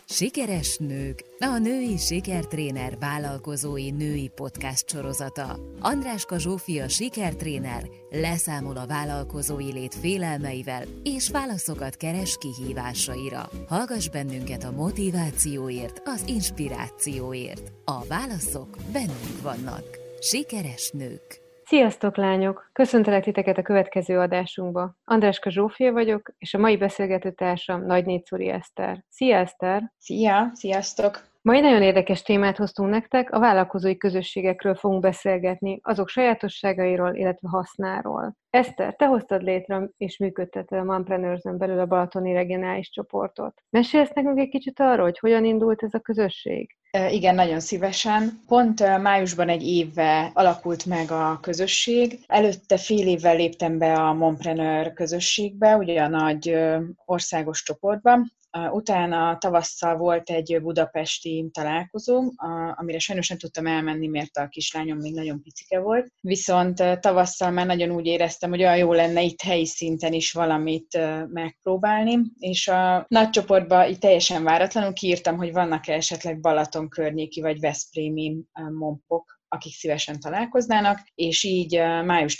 Sikeres nők, a női sikertréner vállalkozói női podcast sorozata. Andráska Zsófia sikertréner leszámol a vállalkozói lét félelmeivel és válaszokat keres kihívásaira. Hallgass bennünket a motivációért, az inspirációért. A válaszok bennünk vannak. Sikeres nők. Sziasztok, lányok! Köszöntelek titeket a következő adásunkba. Andráska Zsófia vagyok, és a mai beszélgetőtársam Nagynécuri Eszter. Szia, Eszter! Szia! Sziasztok! Mai nagyon érdekes témát hoztunk nektek, a vállalkozói közösségekről fogunk beszélgetni, azok sajátosságairól, illetve hasznáról. Eszter, te hoztad létre és működteted a Mompreneurs-en belül a balatoni regionális csoportot. Mesélsz nekünk egy kicsit arról, hogy hogyan indult ez a közösség? Igen, nagyon szívesen. Pont májusban egy évvel alakult meg a közösség. Előtte fél évvel léptem be a Mompreneur közösségbe, ugye a nagy országos csoportban. Utána tavasszal volt egy budapesti találkozó, amire sajnos nem tudtam elmenni, mert a kislányom még nagyon picike volt. Viszont tavasszal már nagyon úgy éreztem, hogy olyan jó lenne itt helyi szinten is valamit megpróbálni, és a nagy csoportba így teljesen váratlanul kiírtam, hogy vannak-e esetleg Balaton környéki vagy veszprémi mompok, akik szívesen találkoznának, és így május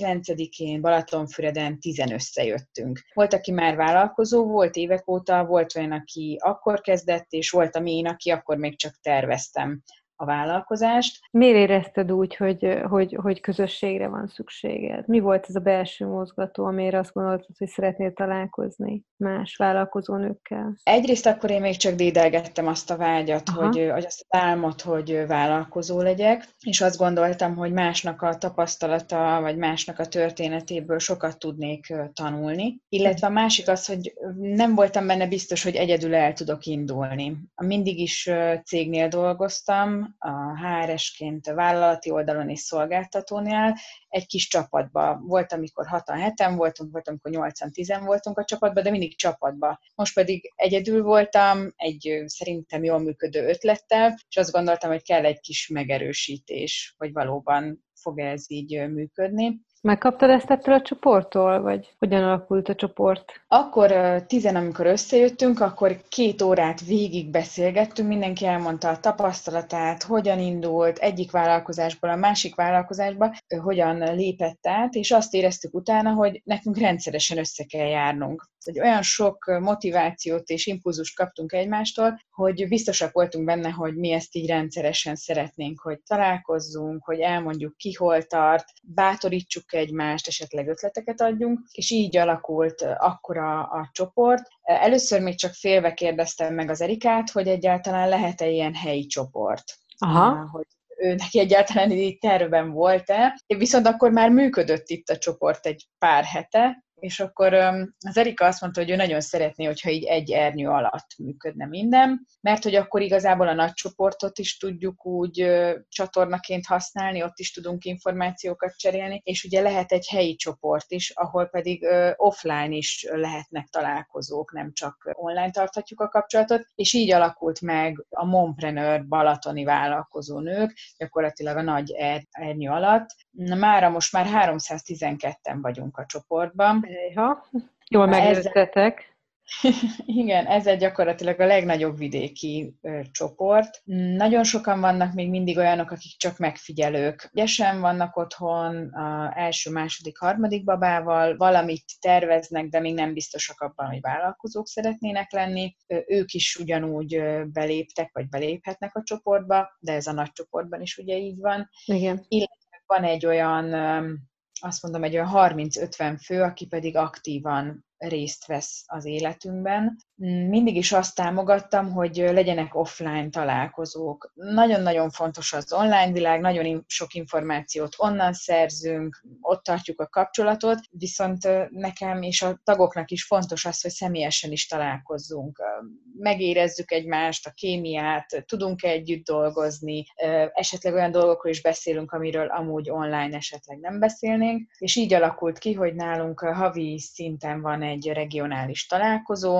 19-én Balatonfüreden 10-en összejöttünk. Volt, aki már vállalkozó volt évek óta, volt olyan, aki akkor kezdett, és voltam én, aki akkor még csak terveztem a vállalkozást. Miért érezted úgy, hogy közösségre van szükséged? Mi volt ez a belső mozgató, amire azt gondoltad, hogy szeretnél találkozni más vállalkozó nőkkel? Egyrészt akkor én még csak dédelgettem azt a vágyat, hogy azt az álmot, hogy vállalkozó legyek, és azt gondoltam, hogy másnak a tapasztalata, vagy másnak a történetéből sokat tudnék tanulni. Illetve a másik az, hogy nem voltam benne biztos, hogy egyedül el tudok indulni. Mindig is cégnél dolgoztam, a HR-esként vállalati oldalon és szolgáltatónál egy kis csapatban. Volt, amikor 6-7-en voltunk, volt, amikor 8-10 voltunk a csapatban, de mindig csapatban. Most pedig egyedül voltam, egy szerintem jól működő ötlettel, és azt gondoltam, hogy kell egy kis megerősítés, hogy valóban fog ez így működni. Megkaptad ezt ettől a csoporttól, vagy hogyan alakult a csoport? Akkor 10-en, amikor összejöttünk, akkor 2 órát végig beszélgettünk, mindenki elmondta a tapasztalatát, hogyan indult egyik vállalkozásból a másik vállalkozásba, hogyan lépett át, és azt éreztük utána, hogy nekünk rendszeresen össze kell járnunk. Hogy olyan sok motivációt és impulzust kaptunk egymástól, hogy biztosak voltunk benne, hogy mi ezt így rendszeresen szeretnénk, hogy találkozzunk, hogy elmondjuk ki hol tart, bátorítsuk egymást, esetleg ötleteket adjunk, és így alakult akkor a csoport. Először még csak félve kérdeztem meg az Erikát, hogy egyáltalán lehet-e ilyen helyi csoport. Hogy ő neki egyáltalán így tervben volt-e. Viszont akkor már működött itt a csoport egy pár hete, és akkor az Erika azt mondta, hogy ő nagyon szeretné, hogyha így egy ernyő alatt működne minden, mert hogy akkor igazából a nagy csoportot is tudjuk úgy csatornaként használni, ott is tudunk információkat cserélni, és ugye lehet egy helyi csoport is, ahol pedig offline is lehetnek találkozók, nem csak online tarthatjuk a kapcsolatot, és így alakult meg a Mompreneur balatoni vállalkozó nők, gyakorlatilag a nagy ernyő alatt. Mára most már 312-en vagyunk a csoportban. Jól megnéztetek. Igen, ez gyakorlatilag a legnagyobb vidéki csoport. Nagyon sokan vannak még mindig olyanok, akik csak megfigyelők. Ügyesen vannak otthon első, második, harmadik babával, valamit terveznek, de még nem biztosak abban, hogy vállalkozók szeretnének lenni. Ők is ugyanúgy beléptek, vagy beléphetnek a csoportba, de ez a nagy csoportban is ugye így van. Igen. Illetve van egy olyan, azt mondom, egy olyan 30-50 fő, aki pedig aktívan részt vesz az életünkben. Mindig is azt támogattam, hogy legyenek offline találkozók. Nagyon-nagyon fontos az online világ, nagyon sok információt onnan szerzünk, ott tartjuk a kapcsolatot, viszont nekem és a tagoknak is fontos az, hogy személyesen is találkozzunk. Megérezzük egymást, a kémiát, tudunk együtt dolgozni, esetleg olyan dolgokról is beszélünk, amiről amúgy online esetleg nem beszélnénk, és így alakult ki, hogy nálunk havi szinten van egy regionális találkozó. Ezek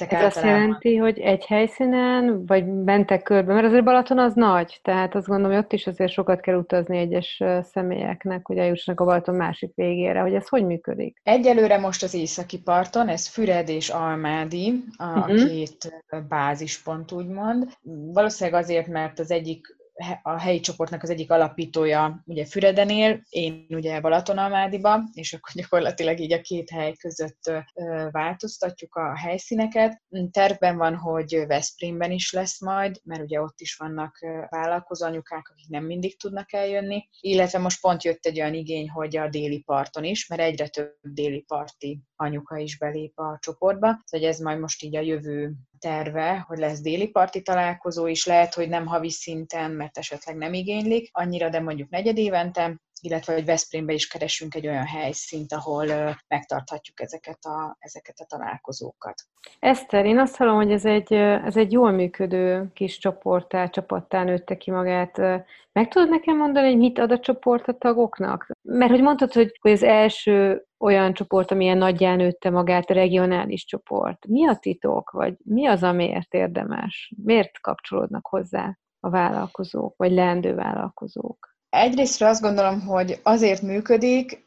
ezek Ez azt általában. jelenti, hogy egy helyszínen, vagy mentek körbe, mert azért Balaton az nagy, tehát azt gondolom, hogy ott is azért sokat kell utazni egyes személyeknek, hogy eljussanak a Balaton másik végére, hogy ez hogy működik? Egyelőre most az északi parton, ez Füred és Almádi, a Uh-huh. két bázispont úgymond. Valószínűleg azért, mert az egyik a helyi csoportnak az egyik alapítója ugye Füreden él, én ugye Balatonalmádiba, és akkor gyakorlatilag így a két hely között változtatjuk a helyszíneket. Tervben van, hogy Veszprémben is lesz majd, mert ugye ott is vannak vállalkozó anyukák, akik nem mindig tudnak eljönni, illetve most pont jött egy olyan igény, hogy a déli parton is, mert egyre több déli parti anyuka is belép a csoportba, szóval ez majd most így a jövő terve, hogy lesz déli parti találkozó is, lehet, hogy nem havi szinten, mert esetleg nem igénylik annyira, de mondjuk negyedévente, illetve hogy Veszprémbe is keresünk egy olyan helyszínt, ahol megtarthatjuk ezeket a találkozókat. Eszter, én azt hallom, hogy ez egy jól működő kis csapattá nőtte ki magát. Meg tudod nekem mondani, hogy mit ad a csoport a tagoknak? Mert hogy mondtad, hogy az első olyan csoport, amilyen nagyján nőtte magát, a regionális csoport. Mi a titok, vagy mi az, amiért érdemes? Miért kapcsolódnak hozzá a vállalkozók, vagy leendő vállalkozók? Egyrésztről azt gondolom, hogy azért működik,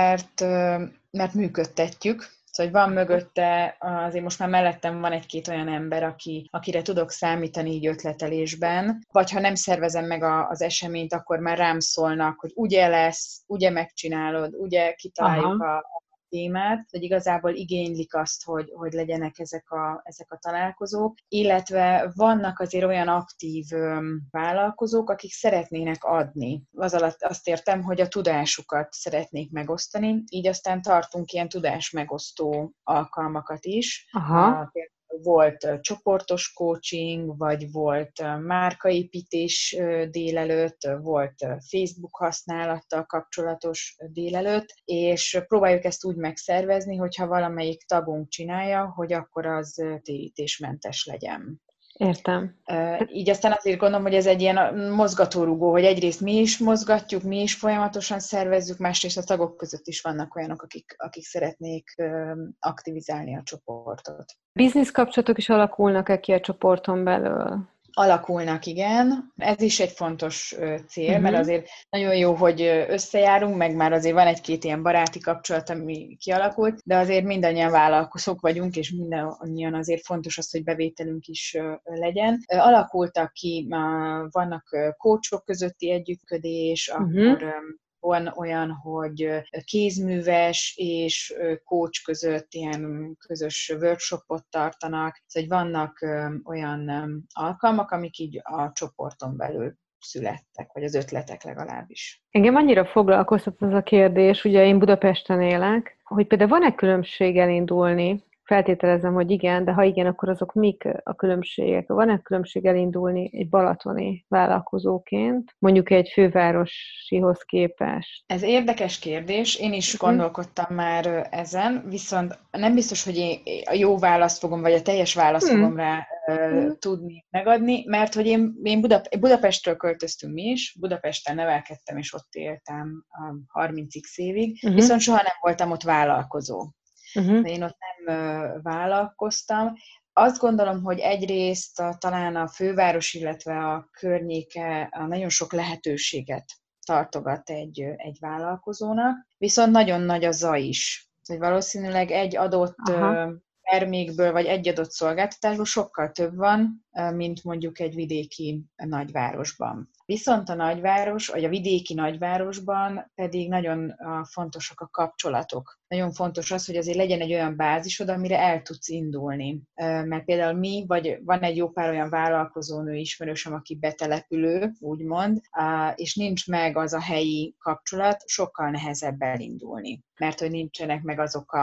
mert működtetjük. Szóval, hogy van mögötte, azért most már mellettem van egy-két olyan ember, akire tudok számítani így ötletelésben, vagy ha nem szervezem meg az eseményt, akkor már rám szólnak, hogy ugye lesz, ugye megcsinálod, ugye kitaláljuk Aha. a témát, hogy igazából igénylik azt, hogy legyenek ezek a találkozók, illetve vannak azért olyan aktív vállalkozók, akik szeretnének adni. Az alatt azt értem, hogy a tudásukat szeretnék megosztani, így aztán tartunk ilyen tudásmegosztó alkalmakat is. Aha. Volt csoportos coaching, vagy volt márkaépítés délelőtt, volt Facebook használattal kapcsolatos délelőtt, és próbáljuk ezt úgy megszervezni, hogyha valamelyik tagunk csinálja, hogy akkor az térítésmentes legyen. Értem. Így aztán azért gondolom, hogy ez egy ilyen mozgatórugó, hogy egyrészt mi is mozgatjuk, mi is folyamatosan szervezzük, másrészt a tagok között is vannak olyanok, akik szeretnék aktivizálni a csoportot. Biznisz kapcsolatok is alakulnak-e ki a csoporton belül? Alakulnak, igen. Ez is egy fontos cél, mert azért nagyon jó, hogy összejárunk, meg már azért van egy-két ilyen baráti kapcsolat, ami kialakult, de azért mindannyian vállalkozók vagyunk, és mindannyian azért fontos az, hogy bevételünk is legyen. Alakultak ki, vannak coachok közötti együttműködés, akkor van olyan, hogy kézműves és coach között ilyen közös workshopot tartanak, szóval vannak olyan alkalmak, amik így a csoporton belül születtek, vagy az ötletek legalábbis. Engem annyira foglalkoztat ez a kérdés, ugye én Budapesten élek, hogy például van-e különbség elindulni? Feltételezem, hogy igen, de ha igen, akkor azok mik a különbségek? Van-e különbség elindulni egy balatoni vállalkozóként, mondjuk egy fővárosihoz képest? Ez érdekes kérdés, én is gondolkodtam már ezen, viszont nem biztos, hogy én a jó választ fogom, vagy a teljes választ fogom rá tudni megadni, mert hogy én Budapestről költöztünk mi is, Budapesten nevelkedtem, és ott éltem 30x évig, viszont soha nem voltam ott vállalkozó. De én ott nem vállalkoztam. Azt gondolom, hogy egyrészt talán a főváros, illetve a környéke nagyon sok lehetőséget tartogat egy vállalkozónak, viszont nagyon nagy a zaj is. Hogy valószínűleg egy adott termékből, vagy egy adott szolgáltatásból sokkal több van, mint mondjuk egy vidéki nagyvárosban. Viszont a nagyváros, vagy a vidéki nagyvárosban pedig nagyon fontosak a kapcsolatok. Nagyon fontos az, hogy azért legyen egy olyan bázisod, amire el tudsz indulni. Mert például mi, vagy van egy jó pár olyan vállalkozónő ismerősöm, aki betelepülő, úgymond, és nincs meg az a helyi kapcsolat, sokkal nehezebb elindulni. Mert hogy nincsenek meg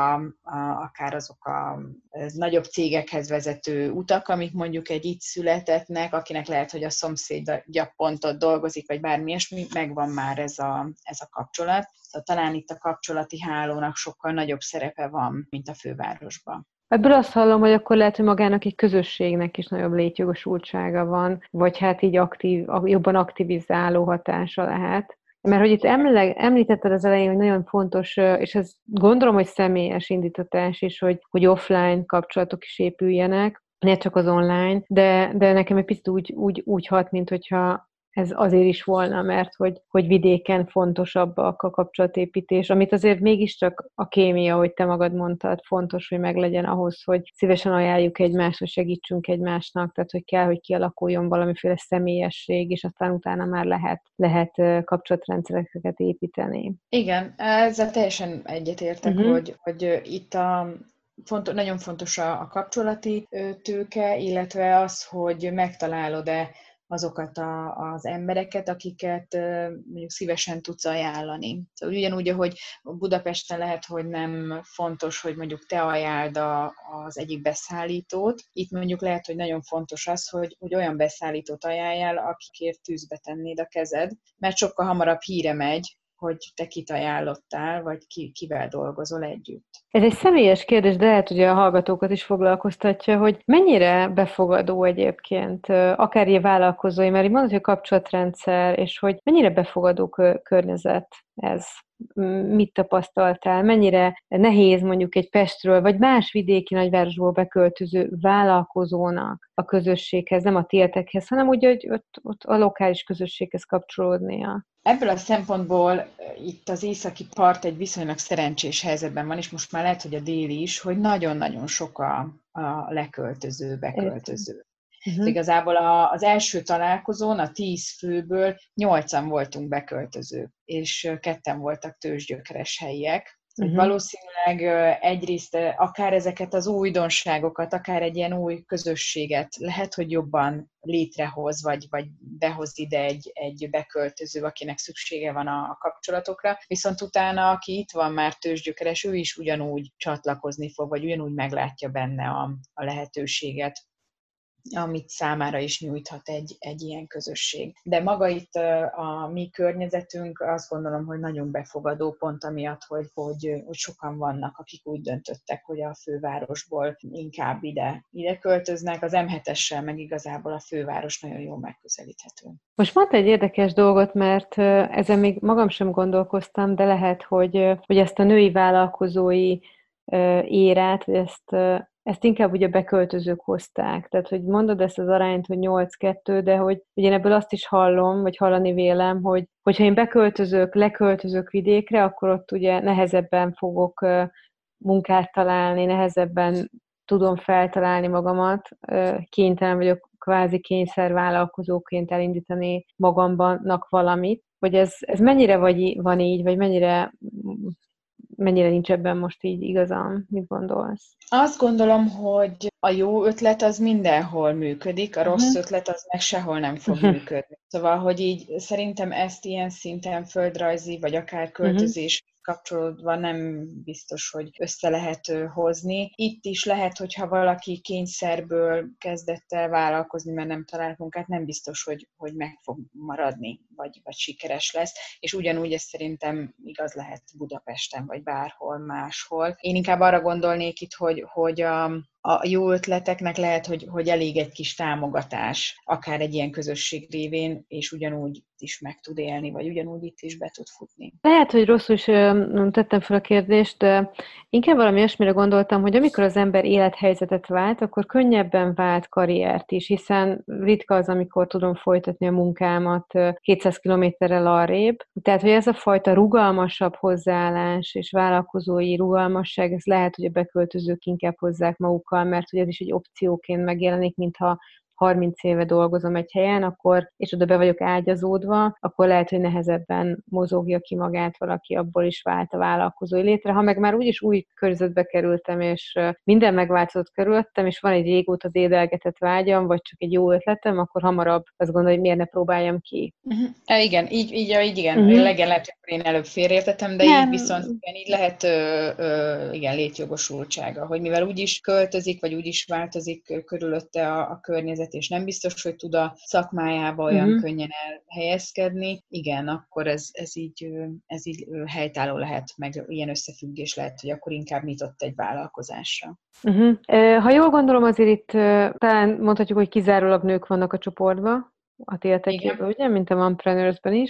akár azok a nagyobb cégekhez vezető utak, amik mondjuk egy itt születettnek, akinek lehet, hogy a szomszédja pont ott dolgozik, vagy bármi ilyesmi, megvan már ez a kapcsolat. Szóval talán itt a kapcsolati hálónak sokkal nagyobb szerepe van, mint a fővárosban. Ebből azt hallom, hogy akkor lehet, hogy magának egy közösségnek is nagyobb létjogosultsága van, vagy hát így jobban aktivizáló hatása lehet. Mert hogy itt említetted az elején, hogy nagyon fontos, és ez gondolom, hogy személyes indítatás is, hogy offline kapcsolatok is épüljenek, ne csak az online, de nekem egy picit úgy hat, mint hogyha ez azért is volna, mert hogy vidéken fontosabbak a kapcsolatépítés, amit azért mégiscsak a kémia, hogy te magad mondtad, fontos, hogy meglegyen ahhoz, hogy szívesen ajánljuk egymásra, segítsünk egymásnak, tehát hogy kell, hogy kialakuljon valamiféle személyesség, és aztán utána már lehet kapcsolatrendszereket építeni. Igen, ezzel teljesen egyetértek, hogy itt nagyon fontos a kapcsolati tőke, illetve az, hogy megtalálod-e azokat az embereket, akiket mondjuk szívesen tudsz ajánlani. Szóval ugyanúgy, ahogy Budapesten lehet, hogy nem fontos, hogy mondjuk te ajánld az egyik beszállítót, itt mondjuk lehet, hogy nagyon fontos az, hogy olyan beszállítót ajánljál, akikért tűzbe tennéd a kezed, mert sokkal hamarabb híre megy, hogy te kit ajánlottál, vagy kivel dolgozol együtt. Ez egy személyes kérdés, de lehet, hogy a hallgatókat is foglalkoztatja, hogy mennyire befogadó egyébként, akár ilyen vállalkozói, mert így mondod, hogy a kapcsolatrendszer, és hogy mennyire befogadó környezet ez. Mit tapasztaltál? Mennyire nehéz mondjuk egy Pestről, vagy más vidéki nagyvárosból beköltöző vállalkozónak a közösséghez, nem a tietekhez, hanem úgy, hogy ott a lokális közösséghez kapcsolódnia? Ebből a szempontból itt az északi part egy viszonylag szerencsés helyzetben van, és most már lehet, hogy a déli is, hogy nagyon-nagyon sok a leköltöző, beköltöző. Igazából az első találkozón a 10 főből 8-an voltunk beköltözők, és 2-en voltak tőzsgyökeres helyiek. Valószínűleg egyrészt akár ezeket az újdonságokat, akár egy ilyen új közösséget lehet, hogy jobban létrehoz, vagy behoz ide egy beköltöző, akinek szüksége van a kapcsolatokra. Viszont utána, aki itt van már tőzsgyökeres, ő is ugyanúgy csatlakozni fog, vagy ugyanúgy meglátja benne a lehetőséget, amit számára is nyújthat egy ilyen közösség. De maga itt a mi környezetünk azt gondolom, hogy nagyon befogadó pont amiatt, hogy sokan vannak, akik úgy döntöttek, hogy a fővárosból inkább ide költöznek. Az M7-essel meg igazából a főváros nagyon jól megközelíthető. Most mondta egy érdekes dolgot, mert ezen még magam sem gondolkoztam, de lehet, hogy ezt a női vállalkozói érát, hogy ezt inkább ugye a beköltözők hozták. Tehát, hogy mondod ezt az arányt, hogy 8-2, de hogy én ebből azt is hallom, vagy hallani vélem, hogyha én leköltözök vidékre, akkor ott ugye nehezebben fogok munkát találni, nehezebben tudom feltalálni magamat, kénytelen vagyok kvázi kényszervállalkozóként elindítani magamnak valamit, hogy ez mennyire van így, vagy mennyire nincs ebben most így igazam? Mit gondolsz? Azt gondolom, hogy a jó ötlet az mindenhol működik, a rossz ötlet az meg sehol nem fog működni. Szóval, hogy így szerintem ezt ilyen szinten földrajzi, vagy akár költözés kapcsolódva nem biztos, hogy össze lehet hozni. Itt is lehet, hogyha valaki kényszerből kezdett el vállalkozni, mert nem talált munkát, nem biztos, hogy meg fog maradni, vagy sikeres lesz. És ugyanúgy ez szerintem igaz lehet Budapesten, vagy bárhol máshol. Én inkább arra gondolnék itt, hogy a jó ötleteknek lehet, hogy elég egy kis támogatás, akár egy ilyen közösség révén, és ugyanúgy is meg tud élni, vagy ugyanúgy itt is be tud futni. Lehet, hogy rosszul is tettem fel a kérdést, de inkább valami olyasmire gondoltam, hogy amikor az ember élethelyzetet vált, akkor könnyebben vált karriert is, hiszen ritka az, amikor tudom folytatni a munkámat 200 kilométerrel arrébb. Tehát, hogy ez a fajta rugalmasabb hozzáállás és vállalkozói rugalmasság, ez lehet, hogy a beköltözők inkább hozzák magukkal, mert hogy ez is egy opcióként megjelenik, mintha 30 éve dolgozom egy helyen, és oda be vagyok ágyazódva, akkor lehet, hogy nehezebben mozogja ki magát valaki, abból is vált a vállalkozói létre. Ha meg már úgyis új környezetbe kerültem, és minden megváltozott körülöttem, és van egy régóta dédelgetett vágyam, vagy csak egy jó ötletem, akkor hamarabb azt gondolom, hogy miért ne próbáljam ki. Igen, így igen. Lehet, hogy én előbb félreértettem, de így viszont így lehet létjogosultsága, hogy mivel úgyis költözik, vagy úgyis változik körülötte a környezet, és nem biztos, hogy tud a szakmájába olyan könnyen elhelyezkedni. Igen, akkor ez így helytálló lehet, meg ilyen összefüggés lehet, hogy akkor inkább nyitott egy vállalkozásra. Ha jól gondolom, azért itt talán mondhatjuk, hogy kizárólag nők vannak a csoportban. a tiltekében, ugye, mint a Mompreneurs-ben is.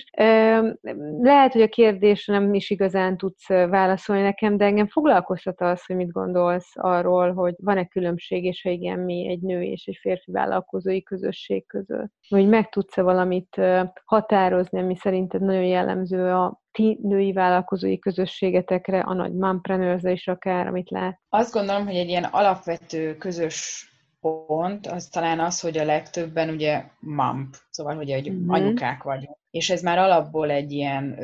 Lehet, hogy a kérdésre nem is igazán tudsz válaszolni nekem, de engem foglalkoztat az, hogy mit gondolsz arról, hogy van-e különbség, és ha igen, mi egy nő és egy férfi vállalkozói közösség között. Vagy meg tudsz-e valamit határozni, ami szerinted nagyon jellemző a ti női vállalkozói közösségetekre, a nagy Mompreneurs-re is akár, amit lát? Azt gondolom, hogy egy ilyen alapvető közös pont, az talán az, hogy a legtöbben ugye mamp, szóval, hogy anyukák vagyunk. És ez már alapból egy ilyen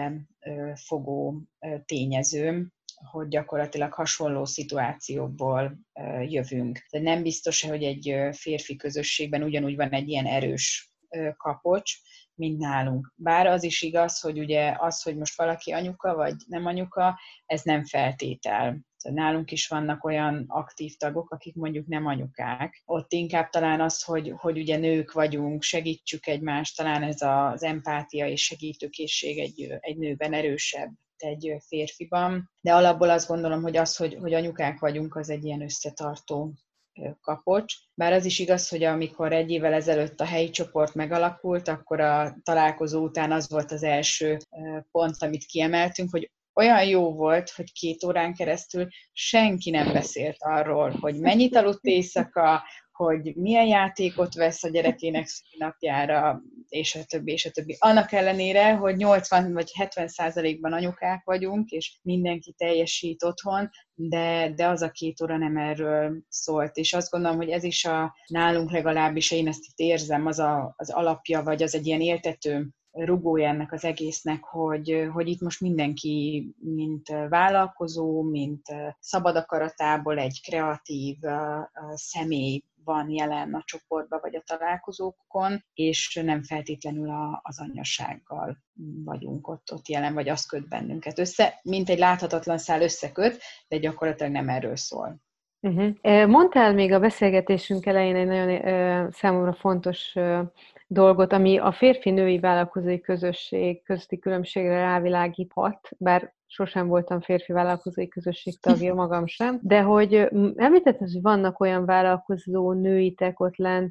összefogó tényező, hogy gyakorlatilag hasonló szituációkból jövünk. De nem biztos, hogy egy férfi közösségben ugyanúgy van egy ilyen erős kapocs, mint nálunk. Bár az is igaz, hogy ugye az, hogy most valaki anyuka vagy nem anyuka, ez nem feltétel. Szóval nálunk is vannak olyan aktív tagok, akik mondjuk nem anyukák. Ott inkább talán az, hogy ugye nők vagyunk, segítsük egymást, talán ez az empátia és segítőkészség egy nőben erősebb, egy férfiban. De alapból azt gondolom, hogy az, hogy anyukák vagyunk, az egy ilyen összetartó kapocs. Bár az is igaz, hogy amikor 1 évvel ezelőtt a helyi csoport megalakult, akkor a találkozó után az volt az első pont, amit kiemeltünk, hogy olyan jó volt, hogy 2 órán keresztül senki nem beszélt arról, hogy mennyit aludt éjszaka, hogy milyen játékot vesz a gyerekének szülinapjára, és a többi, és a többi. Annak ellenére, hogy 80 vagy 70%-ban anyukák vagyunk, és mindenki teljesít otthon, de az a 2 óra nem erről szólt. És azt gondolom, hogy ez is nálunk legalábbis, én ezt itt érzem, az alapja, vagy az egy ilyen éltető rugója ennek az egésznek, hogy itt most mindenki, mint vállalkozó, mint szabad akaratából egy kreatív személy van jelen a csoportban vagy a találkozókon, és nem feltétlenül az anyasággal vagyunk ott jelen, vagy az köt bennünket össze, mint egy láthatatlan szál összeköt, de gyakorlatilag nem erről szól. Mondtál még a beszélgetésünk elején egy nagyon számomra fontos dolgot, ami a férfi-női vállalkozói közösség közti különbségre rávilágíthat, bár sosem voltam férfi vállalkozói közösség tagja, magam sem, de hogy említetted, hogy vannak olyan vállalkozó nőitek ott lent,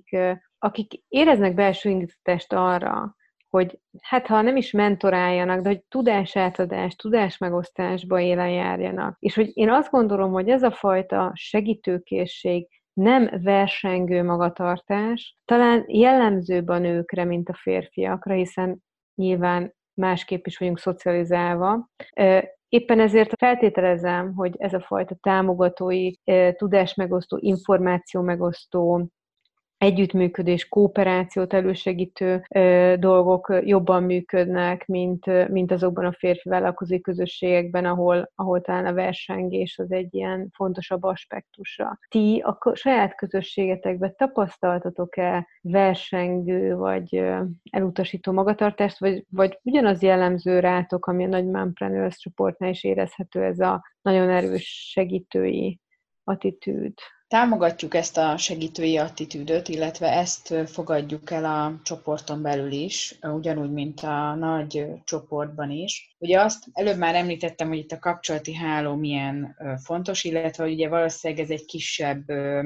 akik éreznek belső indítatást arra, hogy hát ha nem is mentoráljanak, de hogy tudásátadás, tudásmegosztásba élen járjanak. És hogy én azt gondolom, hogy ez a fajta segítőkészség, nem versengő magatartás, talán jellemzőbb a nőkre, mint a férfiakra, hiszen nyilván másképp is vagyunk szocializálva. Éppen ezért feltételezem, hogy ez a fajta támogatói, tudásmegosztó, információmegosztó, együttműködés, kooperációt elősegítő dolgok jobban működnek, mint azokban a férfi vállalkozói közösségekben, ahol talán a versengés az egy ilyen fontosabb aspektusa. Ti a saját közösségetekben tapasztaltatok-e versengő vagy elutasító magatartást, vagy ugyanaz jellemző rátok, ami a nagy Mompreneurs csoportnál is érezhető, ez a nagyon erős segítői attitűd? Támogatjuk ezt a segítői attitűdöt, illetve ezt fogadjuk el a csoporton belül is, ugyanúgy, mint a nagy csoportban is. Ugye azt előbb már említettem, hogy itt a kapcsolati háló milyen fontos, illetve hogy ugye valószínűleg ez egy kisebb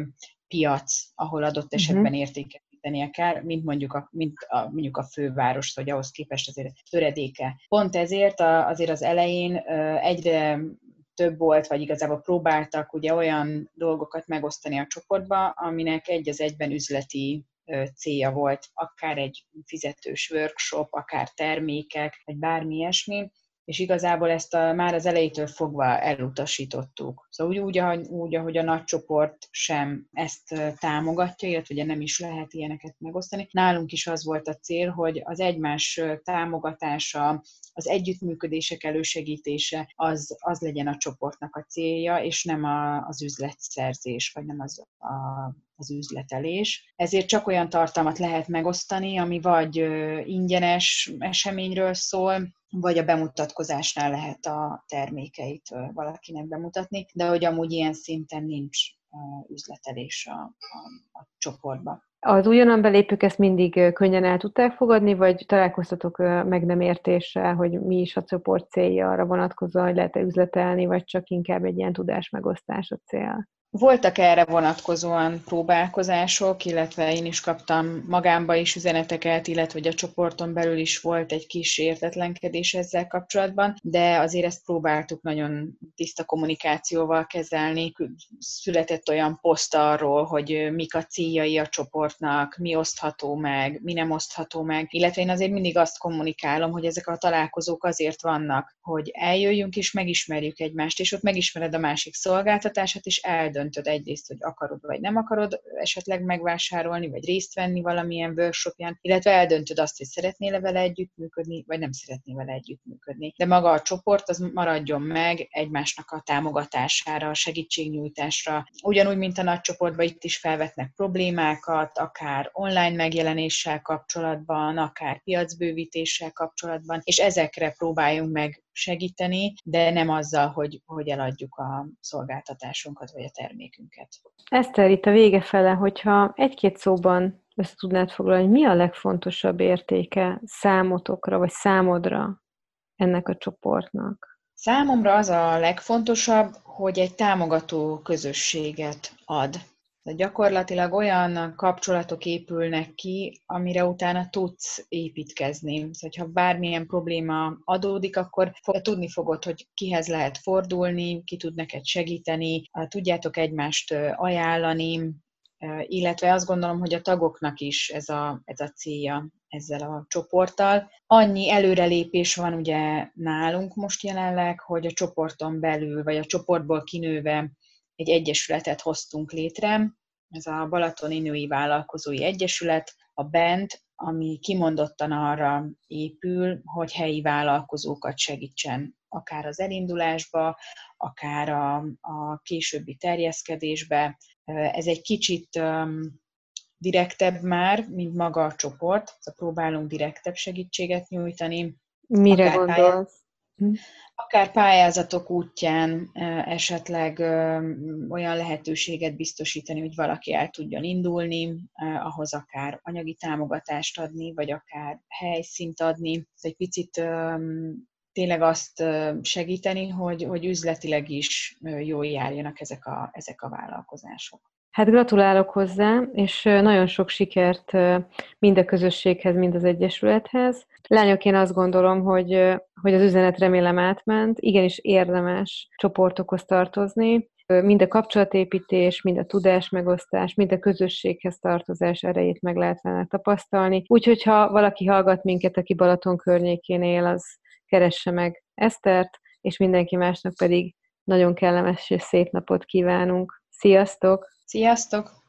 piac, ahol adott esetben értékesítenie kell, mint mondjuk a főváros, vagy ahhoz képest azért töredéke. Pont ezért azért az elején egyre több volt, vagy igazából próbáltak ugye olyan dolgokat megosztani a csoportba, aminek egy az egyben üzleti célja volt, akár egy fizetős workshop, akár termékek, vagy bármi ilyesmi, és igazából ezt már az elejétől fogva elutasítottuk. Szóval úgy, ahogy a nagy csoport sem ezt támogatja, illetve ugye nem is lehet ilyeneket megosztani. Nálunk is az volt a cél, hogy az egymás támogatása, az együttműködések elősegítése az legyen a csoportnak a célja, és nem az üzletszerzés, vagy nem az üzletelés. Ezért csak olyan tartalmat lehet megosztani, ami vagy ingyenes eseményről szól, vagy a bemutatkozásnál lehet a termékeit valakinek bemutatni, de hogy amúgy ilyen szinten nincs üzletelés a csoportban. Az újonnan belépők ezt mindig könnyen el tudták fogadni, vagy találkoztatok meg nem értéssel, hogy mi is a csoport célja arra vonatkozóan, hogy lehet-e üzletelni, vagy csak inkább egy ilyen tudásmegosztás a cél? Voltak erre vonatkozóan próbálkozások, illetve én is kaptam magámba is üzeneteket, illetve hogy a csoporton belül is volt egy kis értetlenkedés ezzel kapcsolatban, de azért ezt próbáltuk nagyon tiszta kommunikációval kezelni. Született olyan poszt arról, hogy mik a céljai a csoportnak, mi osztható meg, mi nem osztható meg, illetve én azért mindig azt kommunikálom, hogy ezek a találkozók azért vannak, hogy eljöjjünk és megismerjük egymást, és ott megismered a másik szolgáltatását, és eldöntöd egyrészt, hogy akarod vagy nem akarod esetleg megvásárolni, vagy részt venni valamilyen workshopján, illetve eldöntöd azt, hogy szeretnél vele együttműködni, vagy nem szeretnél vele együttműködni. De maga a csoport az maradjon meg egymásnak a támogatására, a segítségnyújtásra. Ugyanúgy, mint a nagy csoportban, itt is felvetnek problémákat, akár online megjelenéssel kapcsolatban, akár piacbővítéssel kapcsolatban, és ezekre próbáljunk meg segíteni, de nem azzal, hogy eladjuk a szolgáltatásunkat vagy a termékünket. Eszter, itt a vége fele, hogyha egy-két szóban össze tudnád foglalni, mi a legfontosabb értéke számotokra, vagy számodra ennek a csoportnak? Számomra az a legfontosabb, hogy egy támogató közösséget ad. De gyakorlatilag olyan kapcsolatok épülnek ki, amire utána tudsz építkezni. Szóval, ha bármilyen probléma adódik, akkor tudni fogod, hogy kihez lehet fordulni, ki tud neked segíteni, tudjátok egymást ajánlani, illetve azt gondolom, hogy a tagoknak is ez a célja ezzel a csoporttal. Annyi előrelépés van ugye nálunk most jelenleg, hogy a csoporton belül, vagy a csoportból kinőve egy egyesületet hoztunk létre, ez a Balatoni Női Vállalkozói Egyesület, a BEND, ami kimondottan arra épül, hogy helyi vállalkozókat segítsen, akár az elindulásba, akár a későbbi terjeszkedésbe. Ez egy kicsit direktebb már, mint maga a csoport, szóval próbálunk direktebb segítséget nyújtani. Mire gondolsz? Akár pályázatok útján esetleg olyan lehetőséget biztosítani, hogy valaki el tudjon indulni, ahhoz akár anyagi támogatást adni, vagy akár helyszínt adni. Ez egy picit tényleg azt segíteni, hogy üzletileg is jól járjanak ezek a vállalkozások. Hát gratulálok hozzá, és nagyon sok sikert mind a közösséghez, mind az egyesülethez. Lányok, én azt gondolom, hogy az üzenet remélem átment. Igenis érdemes csoportokhoz tartozni. Mind a kapcsolatépítés, mind a tudásmegosztás, mind a közösséghez tartozás erejét meg lehet vele tapasztalni. Úgyhogy ha valaki hallgat minket, aki Balaton környékén él, az keresse meg Esztert, és mindenki másnak pedig nagyon kellemes és szép napot kívánunk. Sziasztok! Sziasztok!